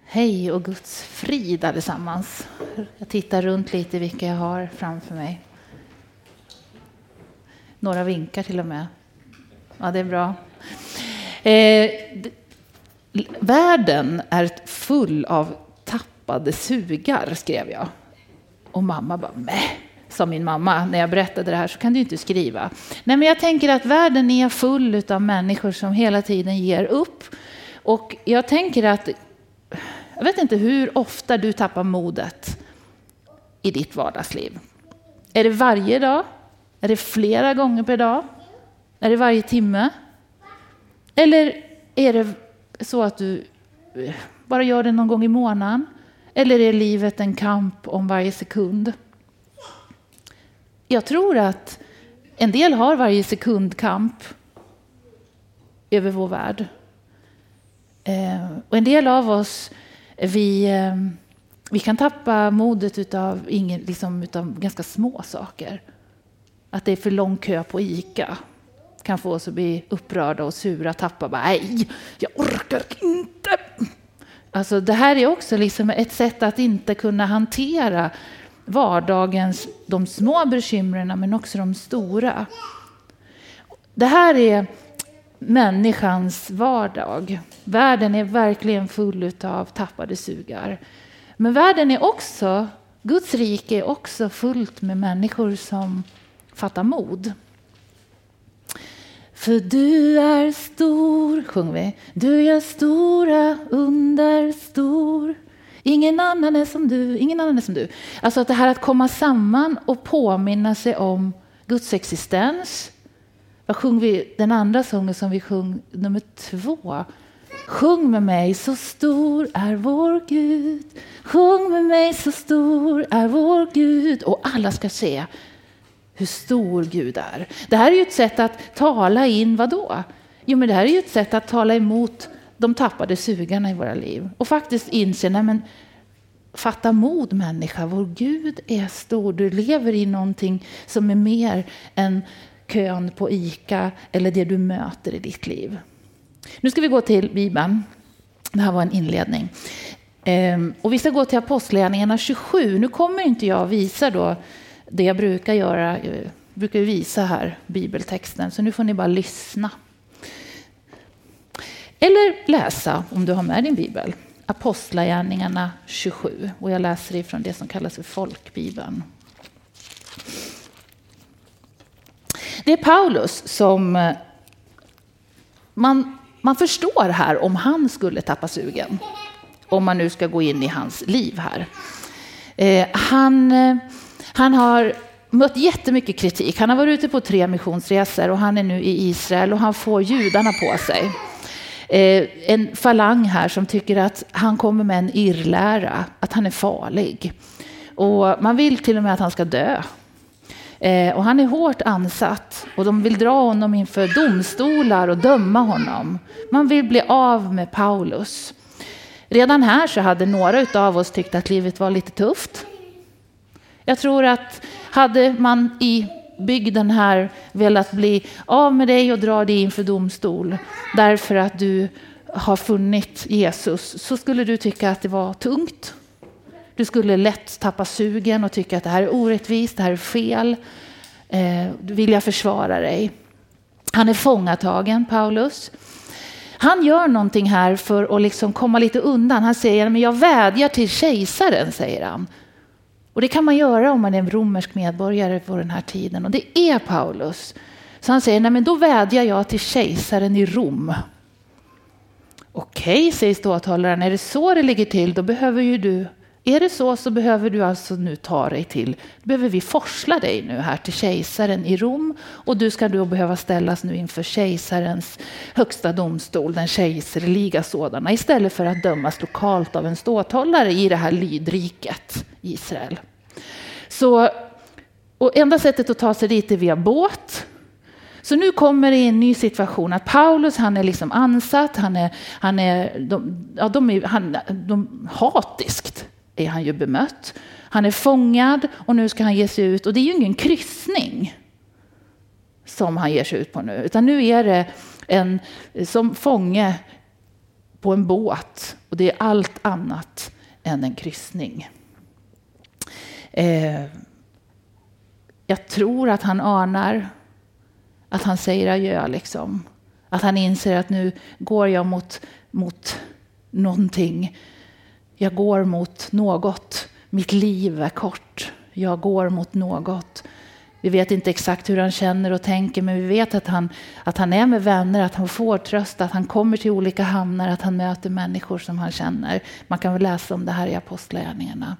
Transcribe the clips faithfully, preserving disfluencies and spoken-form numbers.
Hej och Guds frid allesammans. Jag tittar runt lite vilka jag har framför mig. Några vinkar till och med. Ja, det är bra. Eh, d- världen är full av tappade sugar, skrev jag. Och mamma bara, mäh, sa min mamma när jag berättade det här, så kan du inte skriva. Nej, men jag tänker att världen är full av människor som hela tiden ger upp. Och jag tänker att jag vet inte hur ofta du tappar modet i ditt vardagsliv. Är det varje dag? Är det flera gånger per dag? Är det varje timme? Eller är det så att du bara gör det någon gång i månaden? Eller är livet en kamp om varje sekund? Jag tror att en del har varje sekund kamp över vår värld. Och en del av oss, vi, vi kan tappa modet utav, ingen, liksom, utav ganska små saker. Att det är för lång kö på ICA kan få oss att bli upprörda och sura, tappa bara, nej, jag orkar inte. Alltså, det här är också liksom ett sätt att inte kunna hantera vardagens, de små bekymren men också de stora. Det här är människans vardag. Världen är verkligen full av tappade sugar. Men världen är också, Guds rike är också fullt med människor som fattar mod. För du är stor, sjunger vi. Du gör stora under stor. Ingen annan är som du, ingen annan är som du. Alltså att det här att komma samman och påminna sig om Guds existens. Vad sjunger vi? Den andra sången som vi sjöng, nummer två. Sjung med mig, så stor är vår Gud. Sjung med mig, så stor är vår Gud. Och alla ska se hur stor Gud är. Det här är ju ett sätt att tala in vad då? Jo, men det här är ju ett sätt att tala emot de tappade sugarna i våra liv. Och faktiskt inse, nej men fatta mod människa, vår Gud är stor. Du lever i någonting som är mer än kön på ICA eller det du möter i ditt liv. Nu ska vi gå till Bibeln. Det här var en inledning. Ehm, och vi ska gå till Apostlagärningarna tjugosju. Nu kommer inte jag visa då det jag brukar göra. Jag brukar visa här bibeltexten. Så nu får ni bara lyssna. Eller läsa om du har med din bibel. Apostlagärningarna tjugosju. Och jag läser ifrån det som kallas för folkbibeln. Det är Paulus som man, man förstår här om han skulle tappa sugen. Om man nu ska gå in i hans liv här. Eh, han, han har mött jättemycket kritik. Han har varit ute på tre missionsresor och han är nu i Israel och han får judarna på sig. Eh, en falang här som tycker att han kommer med en irrlära, att han är farlig. Och man vill till och med att han ska dö. Eh, och han är hårt ansatt och de vill dra honom inför domstolar och döma honom. Man vill bli av med Paulus. Redan här så hade några av oss tyckt att livet var lite tufft. Jag tror att hade man i bygden här velat bli av med dig och dra dig inför domstol därför att du har funnit Jesus, så skulle du tycka att det var tungt. Du skulle lätt tappa sugen och tycka att det här är orättvist, det här är fel. Eh, du vill jag försvara dig. Han är fångatagen, Paulus. Han gör någonting här för att liksom komma lite undan. Han säger, men jag vädjar till kejsaren, säger han. Och det kan man göra om man är en romersk medborgare på den här tiden. Och det är Paulus. Så han säger, nej men då vädjar jag till kejsaren i Rom. Okej, säger ståthållaren, är det så det ligger till, då behöver ju du... Är det så så behöver du alltså nu ta dig till, behöver vi forsla dig nu här till kejsaren i Rom. Och du ska då behöva ställas nu inför kejsarens högsta domstol, den kejserliga sådana. Istället för att dömas lokalt av en ståthållare i det här lydriket Israel. Så, och enda sättet att ta sig dit är via båt. Så nu kommer det en ny situation att Paulus, han är liksom ansatt, han är, han är, de, ja, de är han, de, hatiskt är han ju bemött. Han är fångad och nu ska han ge sig ut. Och det är ju ingen kryssning som han ger sig ut på nu. Utan nu är det en som fånge på en båt och det är allt annat än en kryssning. Eh, jag tror att han anar att han säger adjö liksom. Att han inser att nu går jag mot, mot någonting. Jag går mot något. Mitt liv är kort. Jag går mot något. Vi vet inte exakt hur han känner och tänker, men vi vet att han, att han är med vänner, att han får tröst, att han kommer till olika hamnar, att han möter människor som han känner. Man kan väl läsa om det här i Apostlagärningarna.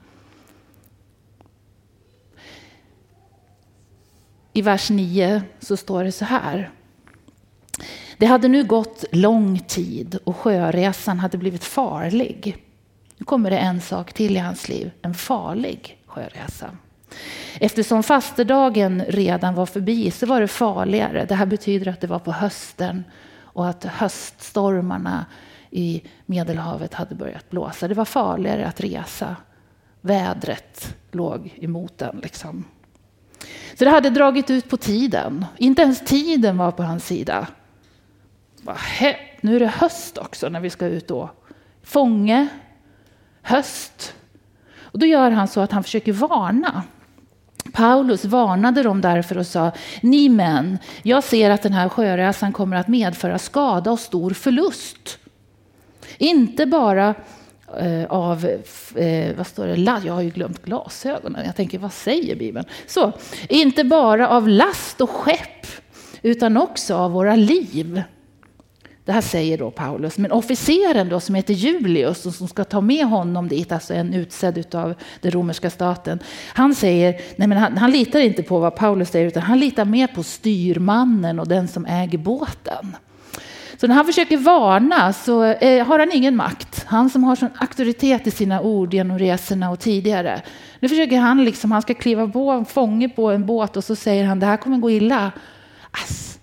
I vers nio så står det så här. Det hade nu gått lång tid och sjöresan hade blivit farlig. Nu kommer det en sak till i hans liv, en farlig sjöresa. Eftersom fastedagen redan var förbi så var det farligare. Det här betyder att det var på hösten och att höststormarna i Medelhavet hade börjat blåsa. Det var farligare att resa. Vädret låg emot den liksom. Så det hade dragit ut på tiden. Inte ens tiden var på hans sida. Nu är det höst också när vi ska ut då. Fånge, höst. Och då gör han så att han försöker varna. Paulus varnade dem därför och sa: ni män, jag ser att den här sjöresan kommer att medföra skada och stor förlust. Inte bara eh, av, eh, vad står det? Jag har ju glömt glasögonen. Jag tänker, vad säger Bibeln? Så, inte bara av last och skepp, utan också av våra liv. Det här säger då Paulus. Men officeren då som heter Julius och som ska ta med honom dit, alltså en utsedd av den romerska staten. Han säger, nej men han, han litar inte på vad Paulus säger utan han litar mer på styrmannen och den som äger båten. Så när han försöker varna så eh, har han ingen makt. Han som har sån auktoritet i sina ord genom resorna och tidigare. Nu försöker han liksom, han ska kliva på en fånge på en båt och så säger han, det här kommer gå illa. Ass.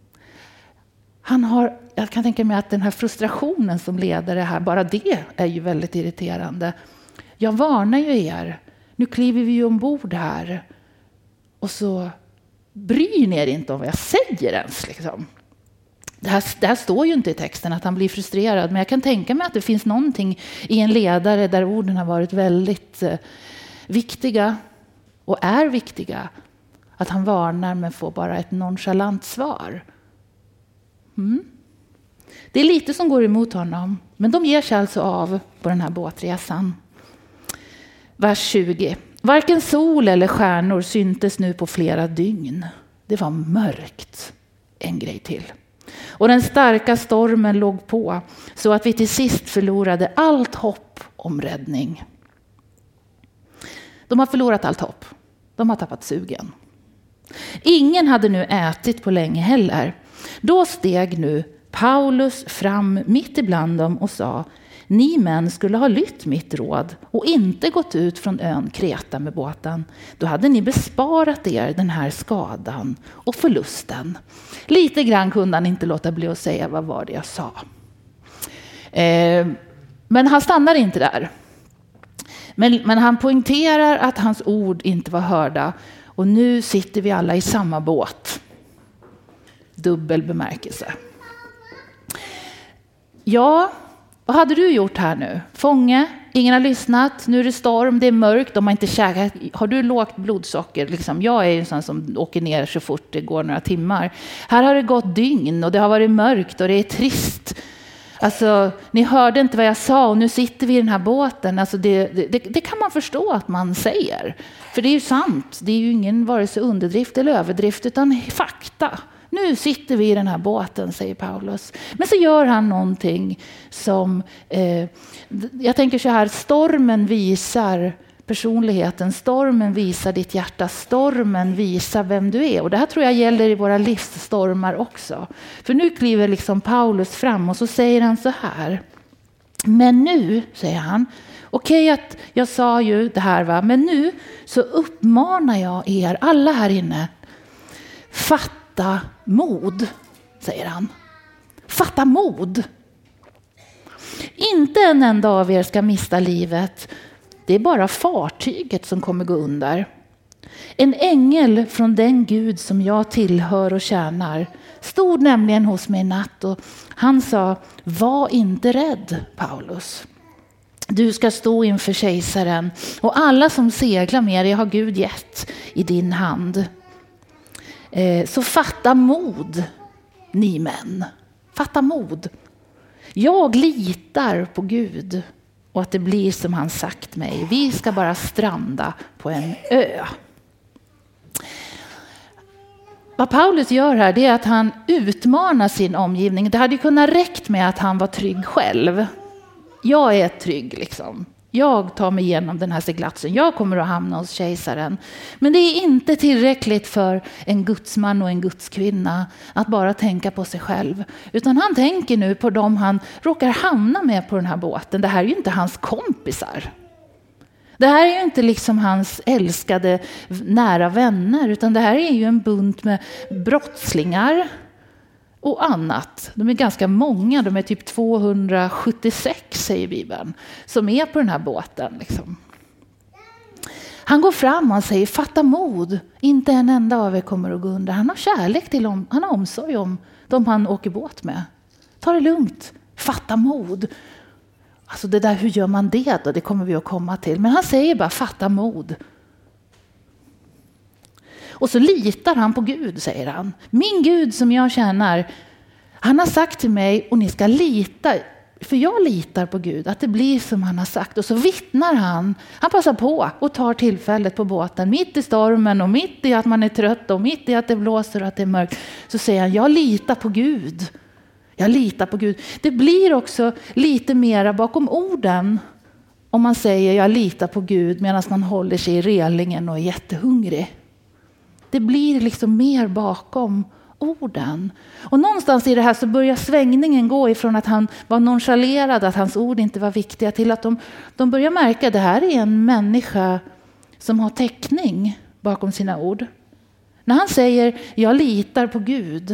Han har, jag kan tänka mig att den här frustrationen som leder det här, bara det är ju väldigt irriterande. Jag varnar ju er. Nu kliver vi ju ombord här. Och så bryr ni er inte om vad jag säger ens. Liksom. Det, här, det här står ju inte i texten att han blir frustrerad. Men jag kan tänka mig att det finns någonting i en ledare där orden har varit väldigt eh, viktiga. Och är viktiga. Att han varnar men får bara ett nonchalant svar. Mm. Det är lite som går emot honom. Men de ger sig alltså av på den här båtresan. Vers tjugo. Varken sol eller stjärnor syntes nu på flera dygn. Det var mörkt. En grej till. Och den starka stormen låg på. Så att vi till sist förlorade allt hopp om räddning. De har förlorat allt hopp. De har tappat sugen. Ingen hade nu ätit på länge heller. Då steg nu Paulus fram mitt ibland dem och sa: ni män skulle ha lytt mitt råd och inte gått ut från ön Kreta med båten. Då hade ni besparat er den här skadan och förlusten. Lite grann kunde han inte låta bli att säga vad var det jag sa. Eh, men han stannar inte där. Men, men han poängterar att hans ord inte var hörda. Och nu sitter vi alla i samma båt. Dubbel bemärkelse. Ja, vad hade du gjort här nu? Fånge, ingen har lyssnat, nu är det storm, det är mörkt, de har inte käkat. Har du lågt blodsocker? Liksom, jag är ju en sån som åker ner så fort det går några timmar. Här har det gått dygn och det har varit mörkt och det är trist. Alltså, ni hörde inte vad jag sa och nu sitter vi i den här båten. Alltså det, det, det kan man förstå att man säger. För det är ju sant. Det är ju ingen vare sig underdrift eller överdrift utan fakta. Nu sitter vi i den här båten, säger Paulus. Men så gör han någonting som, eh, jag tänker så här, stormen visar personligheten, stormen visar ditt hjärta, stormen visar vem du är. Och det här tror jag gäller i våra livsstormar också. För nu kliver liksom Paulus fram och så säger han så här. Men nu, säger han, okej att jag sa ju det här va, men nu så uppmanar jag er alla här inne, fatta mod, säger han. Fatta mod. Inte en enda av er ska mista livet. Det är bara fartyget som kommer gå under. En ängel från den Gud som jag tillhör och tjänar stod nämligen hos mig i natt och han sa, var inte rädd, Paulus. Du ska stå inför kejsaren och alla som seglar med dig har Gud gett i din hand. Eh, så fatta mod, ni män. Fatta mod. Jag litar på Gud och att det blir som han sagt mig. Vi ska bara stranda på en ö. Vad Paulus gör här, det är att han utmanar sin omgivning. Det hade kunnat räckt med att han var trygg själv. Jag är trygg liksom. Jag tar mig igenom den här seglatsen. Jag kommer att hamna hos kejsaren. Men det är inte tillräckligt för en gudsman och en gudskvinna att bara tänka på sig själv. Utan han tänker nu på dem han råkar hamna med på den här båten. Det här är ju inte hans kompisar. Det här är ju inte liksom hans älskade nära vänner. Utan det här är ju en bunt med brottslingar och annat. De är ganska många, de är typ tvåhundrasjuttiosex säger Bibeln, som är på den här båten. Liksom. Han går fram och säger, fatta mod, inte en enda av er kommer att gå under. Han har kärlek till dem, han har omsorg om de han åker båt med. Ta det lugnt, fatta mod. Alltså det där, hur gör man det då? Det kommer vi att komma till. Men han säger bara, fatta mod. Och så litar han på Gud, säger han. Min Gud som jag tjänar, han har sagt till mig, och ni ska lita, för jag litar på Gud, att det blir som han har sagt. Och så vittnar han, han passar på och tar tillfället på båten, mitt i stormen och mitt i att man är trött och mitt i att det blåser och att det är mörkt. Så säger han, jag litar på Gud. Jag litar på Gud. Det blir också lite mera bakom orden om man säger, jag litar på Gud, medan man håller sig i relingen och är jättehungrig. Det blir liksom mer bakom orden. Och någonstans i det här så börjar svängningen gå ifrån att han var nonchalerad, att hans ord inte var viktiga, till att de, de börjar märka att det här är en människa som har täckning bakom sina ord. När han säger, jag litar på Gud,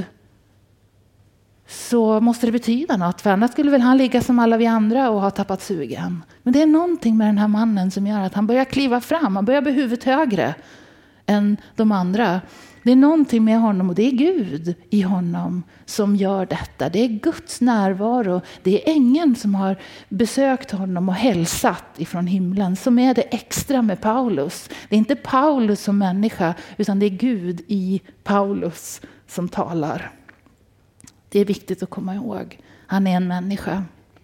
så måste det betyda något. För annars skulle väl han ligga som alla vi andra och ha tappat sugen. Men det är någonting med den här mannen som gör att han börjar kliva fram. Han börjar bli huvudet högre än de andra. Det är någonting med honom, och det är Gud i honom som gör detta. Det är Guds närvaro. Det är ängeln som har besökt honom och hälsat ifrån himlen, som är det extra med Paulus. Det är inte Paulus som människa, utan det är Gud i Paulus som talar. Det är viktigt att komma ihåg. Han är en människa.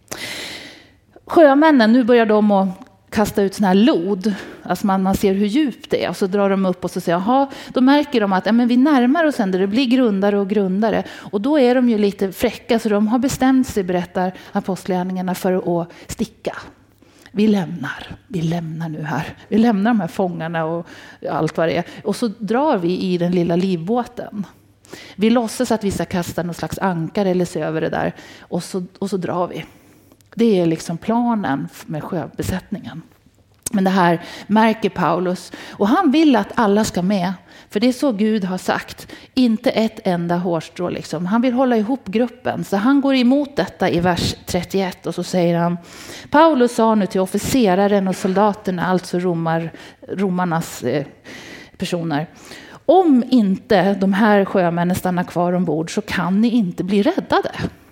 Sjömännen, nu börjar de att kasta ut såna här lod. Alltså man, man ser hur djupt det är. Och så drar de upp och så säger, jaha, då märker de att ja, men vi närmar oss ändå. Det blir grundare och grundare. Och då är de ju lite fräcka. Så de har bestämt sig, berättar apostlagärningarna, för att sticka. Vi lämnar. Vi lämnar nu här. Vi lämnar de här fångarna och allt vad det är. Och så drar vi i den lilla livbåten. Vi låtsas att vi ska kasta någon slags ankar eller se över det där. Och så, och så drar vi. Det är liksom planen med sjöbesättningen. Men det här märker Paulus. Och han vill att alla ska med. För det är så Gud har sagt. Inte ett enda hårstrå liksom. Han vill hålla ihop gruppen. Så han går emot detta i vers trettioett. Och så säger han. Paulus sa nu till officeraren och soldaterna. Alltså romar, romarnas eh, personer. Om inte de här sjömännen stannar kvar ombord, så kan ni inte bli räddade.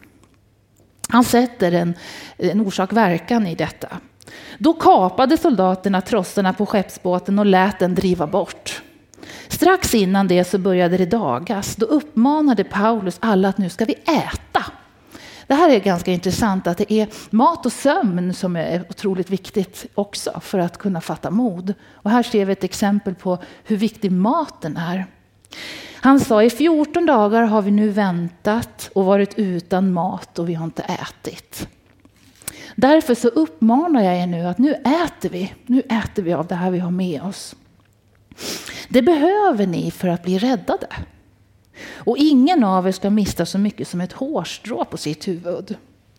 Han sätter en, en orsak-verkan i detta. Då kapade soldaterna trossorna på skeppsbåten och lät den driva bort. Strax innan det så började det dagas. Då uppmanade Paulus alla att nu ska vi äta. Det här är ganska intressant, att det är mat och sömn som är otroligt viktigt också för att kunna fatta mod. Och här ser vi ett exempel på hur viktig maten är. Han sa, i fjorton dagar har vi nu väntat och varit utan mat och vi har inte ätit. Därför så uppmanar jag er nu att nu äter vi. Nu äter vi av det här vi har med oss. Det behöver ni för att bli räddade. Och ingen av er ska mista så mycket som ett hårstrå på sitt huvud.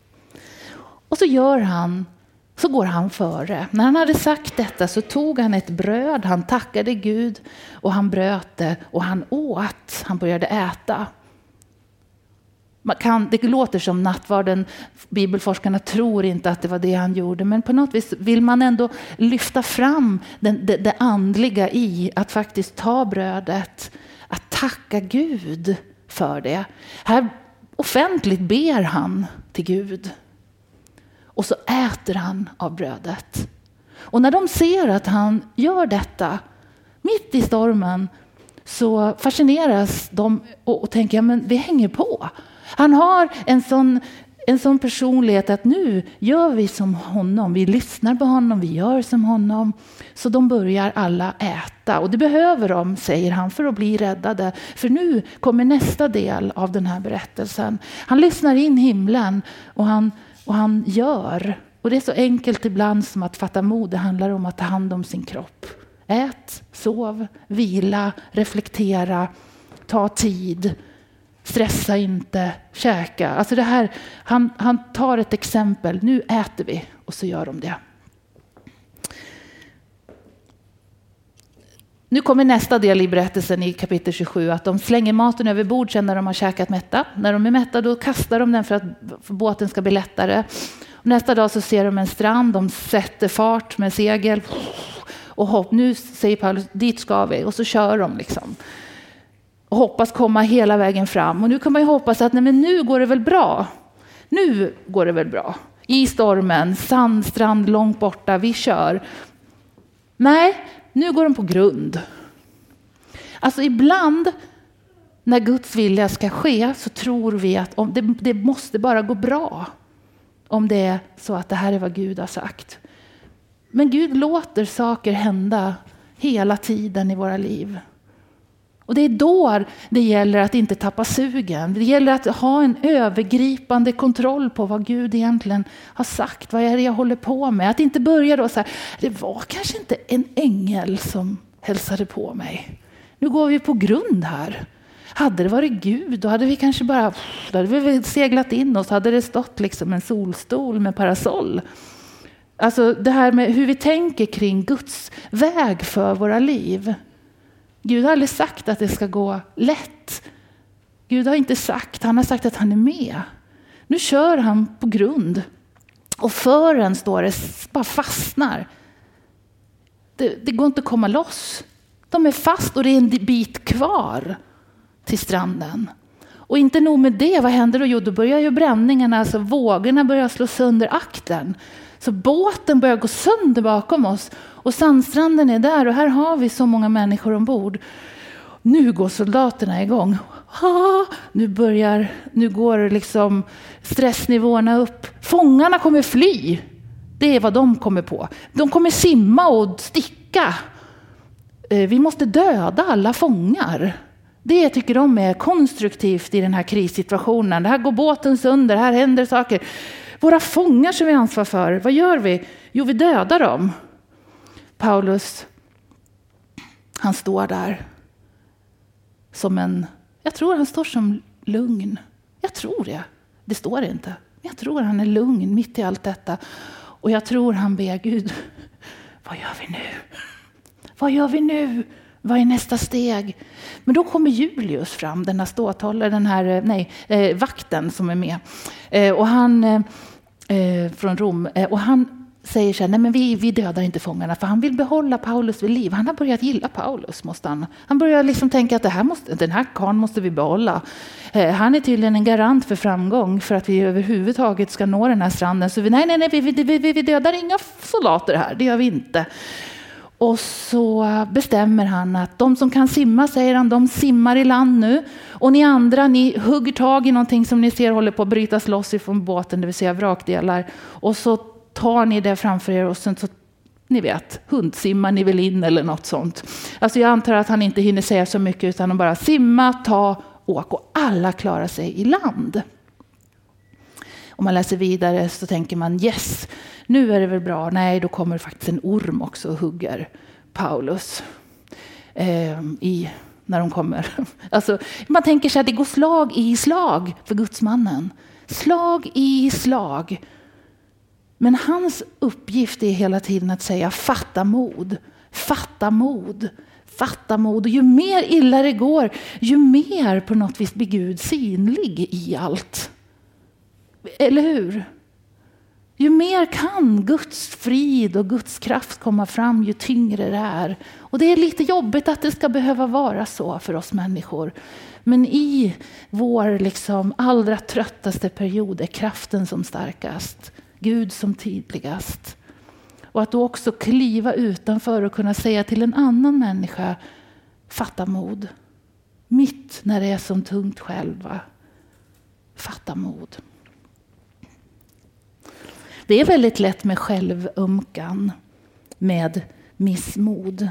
Och så gör han, så går han före. När han hade sagt detta så tog han ett bröd, han tackade Gud och han bröt det och han åt. Han började äta. Man kan, det låter som nattvarden, bibelforskarna tror inte att det var det han gjorde, men på något vis vill man ändå lyfta fram den, det, det andliga i att faktiskt ta brödet, att tacka Gud för det. Här offentligt ber han till Gud. Och så äter han av brödet. Och när de ser att han gör detta mitt i stormen, så fascineras de och, och tänker, ja, men vi hänger på. Han har en sån, en sån personlighet att nu gör vi som honom. Vi lyssnar på honom, vi gör som honom. Så de börjar alla äta. Och det behöver de, säger han, för att bli räddade. För nu kommer nästa del av den här berättelsen. Han lyssnar in himlen och han, och han gör. Och det är så enkelt ibland som att fatta mod. Det handlar om att ta hand om sin kropp. Ät, sov, vila, reflektera, ta tid, stressa inte, käka. Alltså det här, han, han tar ett exempel, nu äter vi, och så gör de det. Nu kommer nästa del i berättelsen i kapitel tjugosju, att de slänger maten över bord sen när de har käkat mätta. När de är mätta då kastar de den för att för båten ska bli lättare. Och nästa dag så ser de en strand, de sätter fart med segel. Och hopp, nu säger Paulus, dit ska vi. Och så kör de liksom. Och hoppas komma hela vägen fram. Och nu kan man ju hoppas att nej, men nu går det väl bra. Nu går det väl bra. I stormen, sandstrand långt borta, vi kör. Nej, nu går de på grund. Alltså ibland när Guds vilja ska ske så tror vi att om det, det måste bara gå bra. Om det är så att det här är vad Gud har sagt. Men Gud låter saker hända hela tiden i våra liv. Och det är då det gäller att inte tappa sugen. Det gäller att ha en övergripande kontroll på vad Gud egentligen har sagt. Vad är det jag håller på med? Att inte börja då så här, det var kanske inte en ängel som hälsade på mig. Nu går vi på grund här. Hade det varit Gud, då hade vi kanske bara då hade vi seglat in och så hade det stått liksom en solstol med parasoll. Alltså det här med hur vi tänker kring Guds väg för våra liv. Gud har aldrig sagt att det ska gå lätt. Gud har inte sagt, han har sagt att han är med. Nu kör han på grund. Och fören står det, bara fastnar. Det, det går inte att komma loss. De är fast och det är en bit kvar till stranden. Och inte nog med det, vad händer då? Jo, då börjar ju bränningarna, alltså vågorna börjar slå sönder akten. Så båten börjar gå sönder bakom oss. Och sandstranden är där och här har vi så många människor ombord. Nu går soldaterna igång. Ah, nu börjar, nu går liksom stressnivåerna upp. Fångarna kommer fly. Det är vad de kommer på. De kommer simma och sticka. Vi måste döda alla fångar. Det tycker de är konstruktivt i den här krissituationen. Det här går båten sönder, här händer saker. Våra fångar som vi ansvar för, vad gör vi? Jo, vi dödar dem. Paulus, han står där som en, jag tror han står som lugn. Jag tror det. Det står inte. Men jag tror han är lugn mitt i allt detta. Och jag tror han ber Gud, vad gör vi nu? Vad gör vi nu? Vad är nästa steg? Men då kommer Julius fram, den här ståthållaren, den här nej, eh, vakten som är med. Eh, och han eh, från Rom. Eh, och han säger så här, nej men vi, vi dödar inte fångarna. För han vill behålla Paulus vid liv. Han har börjat gilla Paulus. Måste han. han börjar liksom tänka att det här måste, den här karln måste vi behålla. Eh, han är tydligen en garant för framgång. För att vi överhuvudtaget ska nå den här stranden. Så vi, nej, nej, nej, vi, vi, vi, vi dödar inga soldater här. Det gör vi inte. Och så bestämmer han att de som kan simma, säger han, de simmar i land nu. Och ni andra, ni hugger tag i någonting som ni ser håller på att brytas loss ifrån båten, det vill säga vrakdelar. Och så tar ni det framför er och sen så, ni vet, hundsimmar ni väl in eller något sånt. Alltså jag antar att han inte hinner säga så mycket utan de bara simma, ta, åk och alla klarar sig i land. Om man läser vidare så tänker man, yes, nu är det väl bra. Nej, då kommer faktiskt en orm också och hugger Paulus eh, i, när de kommer. Alltså, man tänker sig att det går slag i slag för gudsmannen. Slag i slag. Men hans uppgift är hela tiden att säga fatta mod, fatta mod, fatta mod. Och ju mer illa det går, ju mer på något vis blir Gud synlig i allt. Eller hur? ju mer kan Guds frid och Guds kraft komma fram, ju tyngre det är. Och det är lite jobbigt att det ska behöva vara så för oss människor. Men i vår liksom allra tröttaste period är kraften som starkast. Gud som tydligast. Och att då också kliva utanför och kunna säga till en annan människa, fatta mod. Mitt när det är som tungt själva. Fatta mod. Det är väldigt lätt med självömkan, med missmod.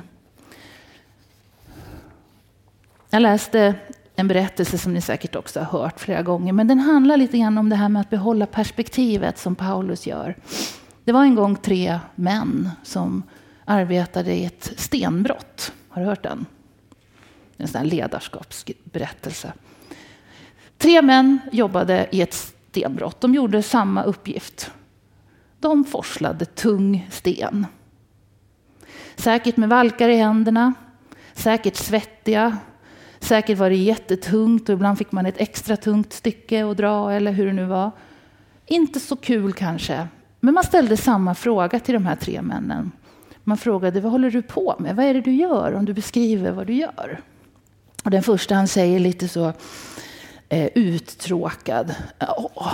Jag läste en berättelse som ni säkert också har hört flera gånger, men den handlar lite grann om det här med att behålla perspektivet som Paulus gör. Det var en gång tre män som arbetade i ett stenbrott. Har du hört den? En sån här ledarskapsberättelse. Tre män jobbade i ett stenbrott. De gjorde samma uppgift. De forslade tung sten. Säkert med valkar i händerna. Säkert svettiga. Säkert var det jättetungt och ibland fick man ett extra tungt stycke att dra eller hur det nu var. Inte så kul kanske. Men man ställde samma fråga till de här tre männen. Man frågade, vad håller du på med? Vad är det du gör om du beskriver vad du gör? Och den första han säger lite så eh, uttråkad. Åh,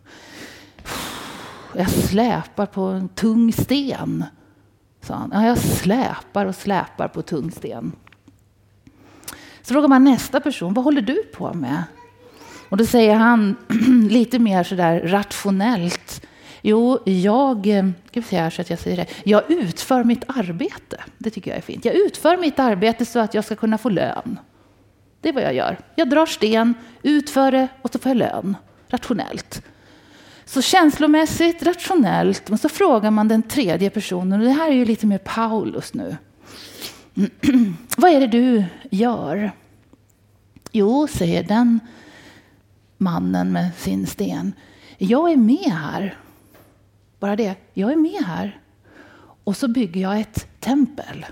jag släpar på en tung sten. Sa han. Ja, jag släpar och släpar på tung sten. Så frågar man nästa person, vad håller du på med? Och då säger han lite mer sådär rationellt. Jo, jag, ska vi se här så att jag säger det. Jag utför mitt arbete. Det tycker jag är fint. Jag utför mitt arbete så att jag ska kunna få lön. Det är vad jag gör. Jag drar sten, utför det och så får jag lön. Rationellt. Så känslomässigt, rationellt. Men så frågar man den tredje personen. Och det här är ju lite mer Paulus nu. Vad är det du gör? Jo, säger den mannen med sin sten. Jag är med här. Bara det. Jag är med här. Och så bygger jag ett tempel.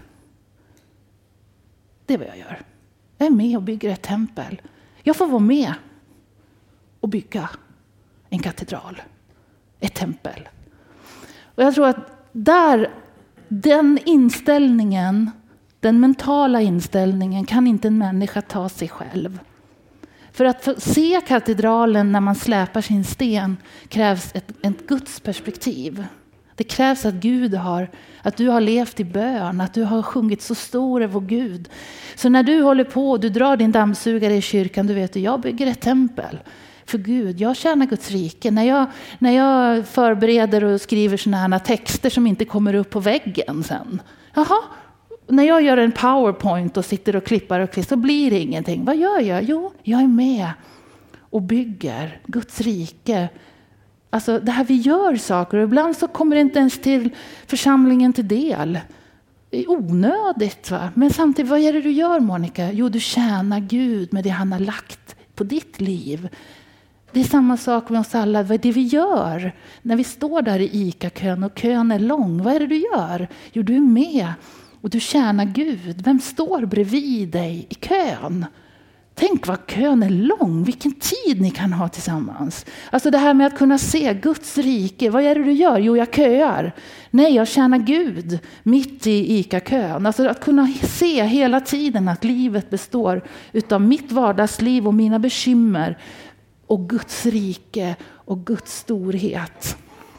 Det är vad jag gör. Jag är med och bygger ett tempel. Jag får vara med och bygga en katedral. Ett tempel. Och jag tror att där, den inställningen, den mentala inställningen kan inte en människa ta sig själv. För att få se katedralen när man släpar sin sten krävs ett, ett Guds perspektiv. Det krävs att Gud har, att du har levt i bön, att du har sjungit så stor är vår Gud. Så när du håller på och du drar din dammsugare i kyrkan, du vet att jag bygger ett tempel för Gud. Jag tjänar Guds rike. När jag, när jag förbereder och skriver sådana här texter som inte kommer upp på väggen sen. Jaha. När jag gör en PowerPoint och sitter och klippar och klistrar så blir det ingenting. Vad gör jag? Jo, jag är med och bygger Guds rike. Alltså det här vi gör saker och ibland så kommer det inte ens till församlingen till del. Det är onödigt va? Men samtidigt, vad är det du gör Monica? Jo, du tjänar Gud med det han har lagt på ditt liv. Det är samma sak med oss alla. Vad är det vi gör när vi står där i ICA-kön och kön är lång? Vad är det du gör? Jo, du är med. Och du tjänar Gud. Vem står bredvid dig i kön? Tänk vad kön är lång. Vilken tid ni kan ha tillsammans. Alltså det här med att kunna se Guds rike. Vad är det du gör? Jo, jag köar. Nej, jag tjänar Gud mitt i ICA-kön. Alltså att kunna se hela tiden att livet består utav mitt vardagsliv och mina bekymmer. Och Guds rike och Guds storhet.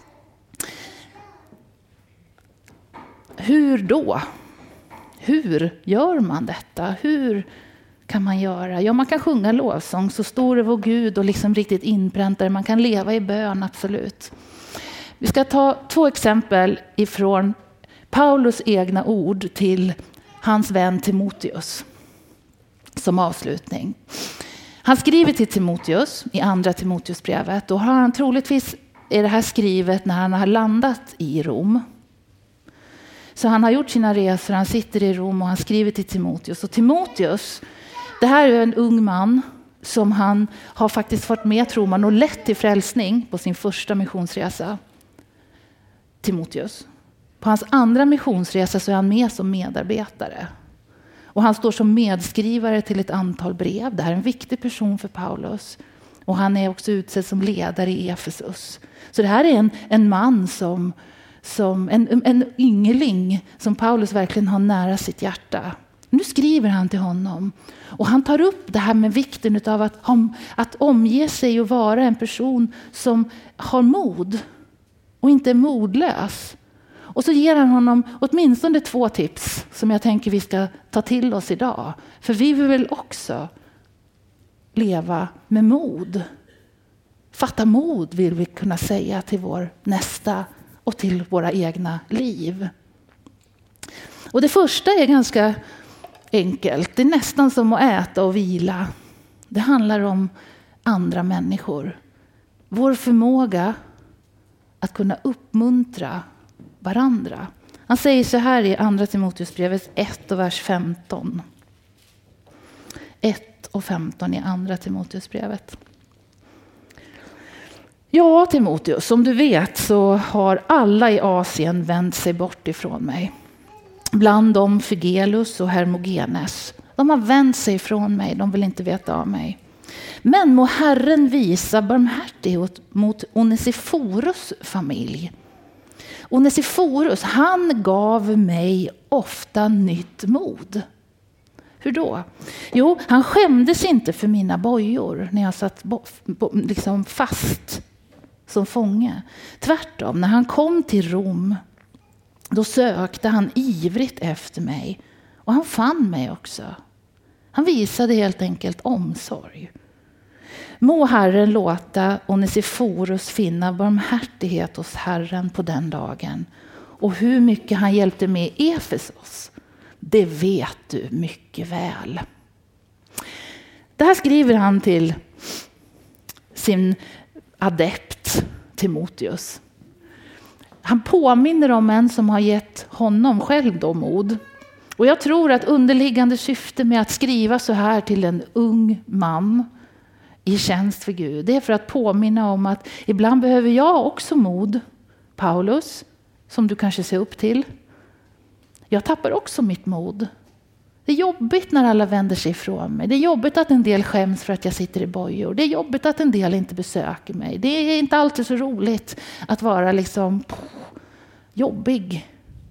Hur då? Hur gör man detta? Hur kan man göra? Ja, man kan sjunga lovsång, så stor är vår Gud och liksom riktigt inpränta det. Man kan leva i bön, absolut. Vi ska ta två exempel ifrån Paulus egna ord till hans vän Timoteus som avslutning. Han skriver till Timoteus i andra Timoteusbrevet. Då har han troligtvis är det här skrivet när han har landat i Rom. Så han har gjort sina resor, han sitter i Rom och han skriver till Timoteus. Och Timoteus, det här är en ung man som han har faktiskt fått med, tror man, och lett till frälsning på sin första missionsresa. Timoteus. På hans andra missionsresa så är han med som medarbetare. Och han står som medskrivare till ett antal brev. Det här är en viktig person för Paulus. Och han är också utsedd som ledare i Efesus. Så det här är en, en man som, som en, en yngling som Paulus verkligen har nära sitt hjärta. Nu skriver han till honom. Och han tar upp det här med vikten av att, att omge sig och vara en person som har mod. Och inte är modlös. Och så ger han honom åtminstone två tips som jag tänker vi ska ta till oss idag. För vi vill väl också leva med mod. Fatta mod vill vi kunna säga till vår nästa och till våra egna liv. Och det första är ganska enkelt. Det är nästan som att äta och vila. Det handlar om andra människor. Vår förmåga att kunna uppmuntra varandra. Han säger så här i andra Timoteusbrevet ett och vers femton. ett och femton i andra Timoteusbrevet. Ja, Timoteus, som du vet så har alla i Asien vänt sig bort ifrån mig. Bland dem Figelus och Hermogenes. De har vänt sig ifrån mig, de vill inte veta av mig. Men må Herren visa barmhärtighet mot Onesiforus familj. Onesiforus, han gav mig ofta nytt mod. Hur då? Jo, han skämdes inte för mina bojor när jag satt bo, bo, liksom fast som fånge. Tvärtom, när han kom till Rom, då sökte han ivrigt efter mig. Och han fann mig också. Han visade helt enkelt omsorg. Må Herren låta Onesiforus finna barmhärtighet hos Herren på den dagen. Och hur mycket han hjälpte med Efesos, det vet du mycket väl. Det här skriver han till sin adept Timoteus. Han påminner om en som har gett honom själv då mod. Och jag tror att underliggande syfte med att skriva så här till en ung man i tjänst för Gud, det är för att påminna om att ibland behöver jag också mod. Paulus, som du kanske ser upp till. Jag tappar också mitt mod. Det är jobbigt när alla vänder sig ifrån mig. Det är jobbigt att en del skäms för att jag sitter i bojor. Det är jobbigt att en del inte besöker mig. Det är inte alltid så roligt att vara liksom pff, jobbig.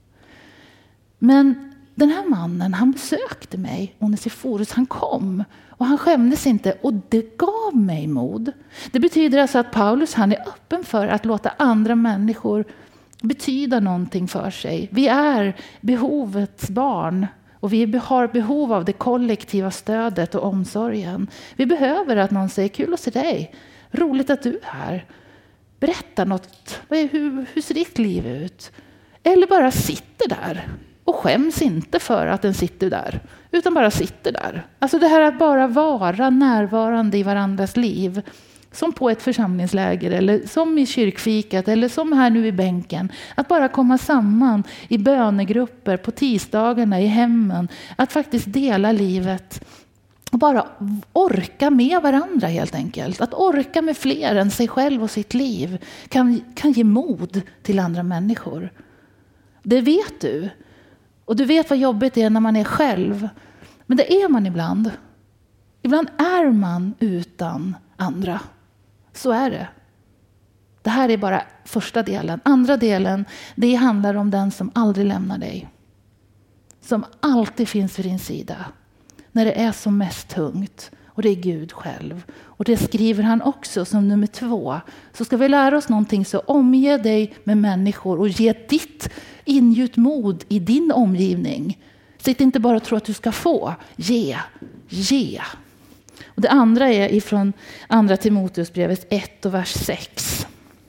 Men den här mannen, han besökte mig. Onesiforus, han kom. Och han skämdes inte. Och det gav mig mod. Det betyder alltså att Paulus, han är öppen för att låta andra människor betyda någonting för sig. Vi är behovets barn. Och vi har behov av det kollektiva stödet och omsorgen. Vi behöver att någon säger kul att se dig. Roligt att du är här. Berätta något. Hur, hur ser ditt liv ut? Eller bara sitter där. Och skäms inte för att den sitter där. Utan bara sitter där. Alltså det här att bara vara närvarande i varandras liv. Som på ett församlingsläger eller som i kyrkfikat eller som här nu i bänken. Att bara komma samman i bönegrupper på tisdagarna i hemmen. Att faktiskt dela livet och bara orka med varandra helt enkelt. Att orka med fler än sig själv och sitt liv kan, kan ge mod till andra människor. Det vet du. Och du vet vad jobbigt är när man är själv. Men det är man ibland. Ibland är man utan andra. Så är det. Det här är bara första delen. Andra delen, det handlar om den som aldrig lämnar dig. Som alltid finns vid din sida. När det är som mest tungt. Och det är Gud själv. Och det skriver han också som nummer två. Så ska vi lära oss någonting, så omge dig med människor. Och ge ditt ingjut mod i din omgivning. Sitt inte bara och tro att du ska få. Ge. Ge. Och det andra är ifrån andra Timoteusbrevet ett och vers sex.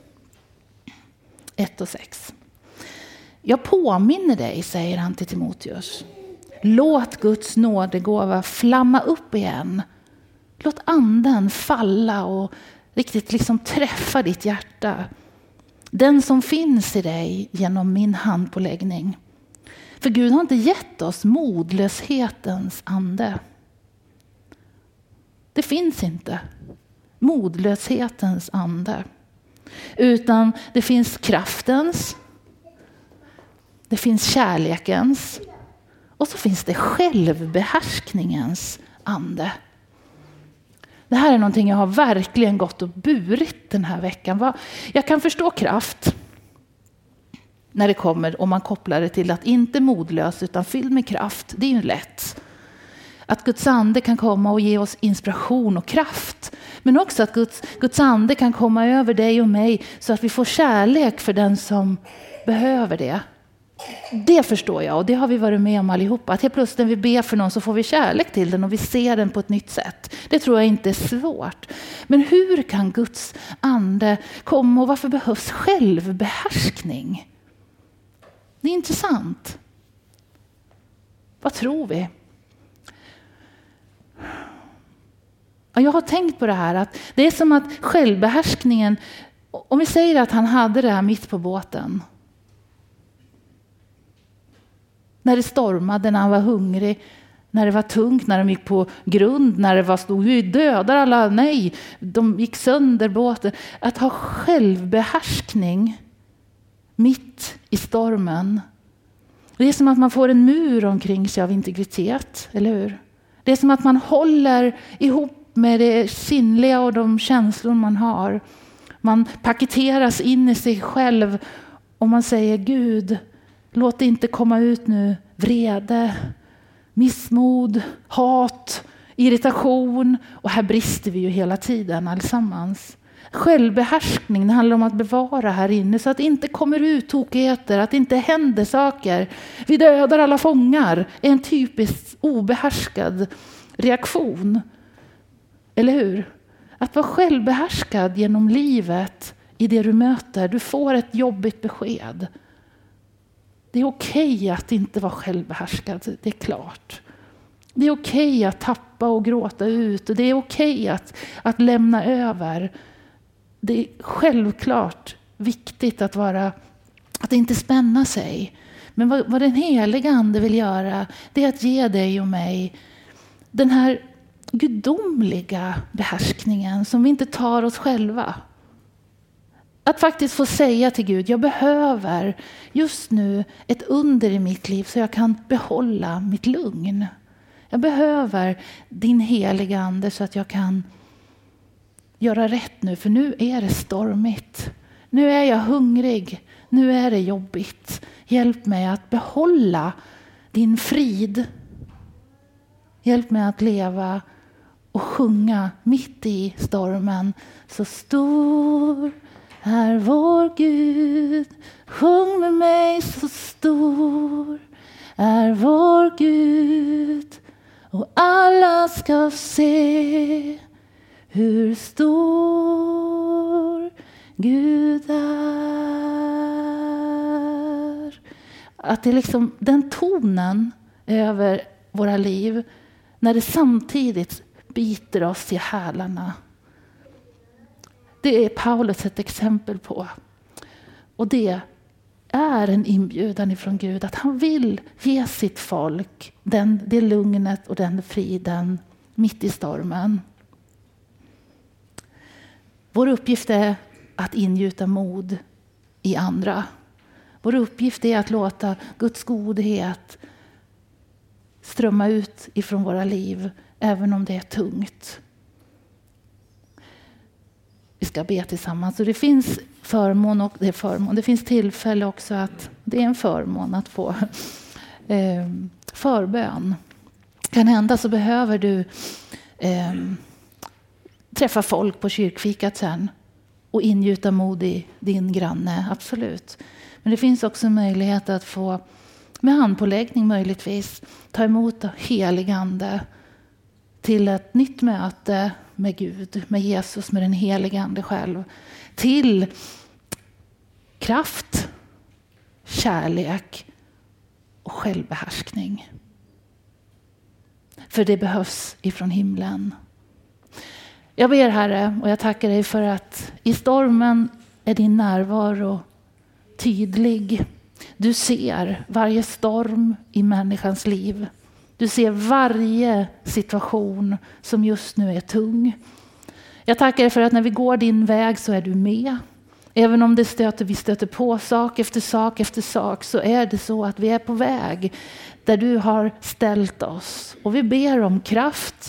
ett och sex. Jag påminner dig, säger han till Timoteus. Låt Guds nådegåva flamma upp igen. Låt anden falla och riktigt liksom träffa ditt hjärta. Den som finns i dig genom min handpåläggning. För Gud har inte gett oss modlöshetens ande. Det finns inte modlöshetens ande. Utan det finns kraftens. Det finns kärlekens. Och så finns det självbehärskningens ande. Det här är någonting jag har verkligen gått och burit den här veckan. Jag kan förstå kraft när det kommer, om man kopplar det till att inte modlös utan fylld med kraft. Det är ju lätt. Att Guds ande kan komma och ge oss inspiration och kraft. Men också att Guds, Guds ande kan komma över dig och mig så att vi får kärlek för den som behöver det. Det förstår jag, och det har vi varit med om allihopa. Att helt plötsligt när vi ber för någon så får vi kärlek till den och vi ser den på ett nytt sätt. Det tror jag inte är svårt. Men hur kan Guds ande komma och varför behövs självbehärskning? Det är intressant. Vad tror vi? Jag har tänkt på det här att det är som att självbehärskningen, om vi säger att han hade det här mitt på båten. När det stormade, när han var hungrig, när det var tungt, när de gick på grund, när det var stod, vi dödar alla, nej, de gick sönder båten. Att ha självbehärskning mitt i stormen. Det är som att man får en mur omkring sig av integritet, eller hur? Det är som att man håller ihop med det sinnliga och de känslor man har. Man paketeras in i sig själv och man säger, Gud, låt det inte komma ut nu vrede, missmod, hat, irritation. Och här brister vi ju hela tiden allesammans. Självbehärskning, det handlar om att bevara här inne så att det inte kommer ut tokigheter, att det inte händer saker. Vi dödar alla fångar, är en typiskt obehärskad reaktion. Eller hur? Att vara självbehärskad genom livet i det du möter. Du får ett jobbigt besked. Det är okej att inte vara självbehärskad, det är klart. Det är okej att tappa och gråta ut. Och det är okej att, att lämna över. Det är självklart viktigt att vara, att inte spänna sig. Men vad, vad den heliga ande vill göra, det är att ge dig och mig den här gudomliga behärskningen som vi inte tar oss själva. Att faktiskt få säga till Gud, jag behöver just nu ett under i mitt liv så jag kan behålla mitt lugn. Jag behöver din heliga ande så att jag kan göra rätt nu, för nu är det stormigt. Nu är jag hungrig, nu är det jobbigt. Hjälp mig att behålla din frid. Hjälp mig att leva och sjunga mitt i stormen. Så stor är vår Gud, sjung med mig, så stor är vår Gud. Och alla ska se hur stor Gud är. Att det är liksom den tonen över våra liv när det samtidigt biter oss i hälarna. Det är Paulus ett exempel på. Och det är en inbjudan ifrån Gud att han vill ge sitt folk den, det lugnet och den friden mitt i stormen. Vår uppgift är att ingjuta mod i andra. Vår uppgift är att låta Guds godhet strömma ut ifrån våra liv även om det är tungt. Vi ska be tillsammans. Och det finns förmån och det är förmån. Det finns tillfälle också att det är en förmån att få eh, förbön. Kan hända så behöver du eh, träffa folk på kyrkfikat sen och ingjuta mod i din granne, absolut. Men det finns också möjlighet att få med handpåläggning möjligtvis ta emot helig ande till ett nytt möte med Gud, med Jesus, med den heliga ande själv. Till kraft, kärlek och självbehärskning. För det behövs ifrån himlen. Jag ber, Herre, och jag tackar dig för att i stormen är din närvaro tydlig. Du ser varje storm i människans liv. Du ser varje situation som just nu är tung. Jag tackar dig för att när vi går din väg så är du med. Även om det stöter, vi stöter på sak efter sak efter sak, så är det så att vi är på väg där du har ställt oss. Och vi ber om kraft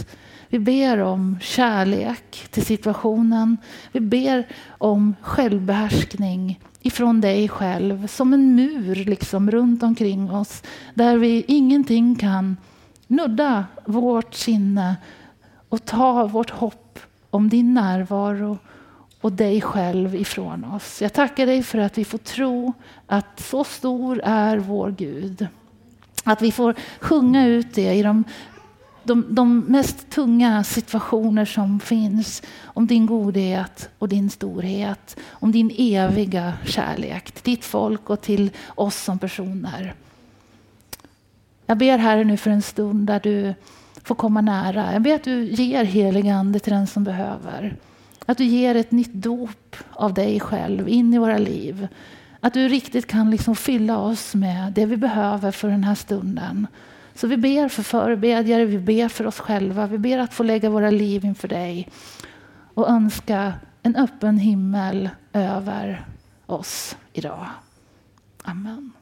Vi ber om kärlek till situationen. Vi ber om självbehärskning ifrån dig själv. Som en mur liksom runt omkring oss. Där vi ingenting kan nudda vårt sinne. Och ta vårt hopp om din närvaro och dig själv ifrån oss. Jag tackar dig för att vi får tro att så stor är vår Gud. Att vi får sjunga ut det i de, de, de mest tunga situationer som finns. Om din godhet och din storhet. Om din eviga kärlek till ditt folk och till oss som personer. Jag ber Herre nu för en stund där du får komma nära. Jag ber att du ger helig ande till den som behöver. Att du ger ett nytt dop av dig själv in i våra liv. Att du riktigt kan liksom fylla oss med det vi behöver för den här stunden. Så vi ber för förebedjare, vi ber för oss själva. Vi ber att få lägga våra liv inför dig. Och önska en öppen himmel över oss idag. Amen.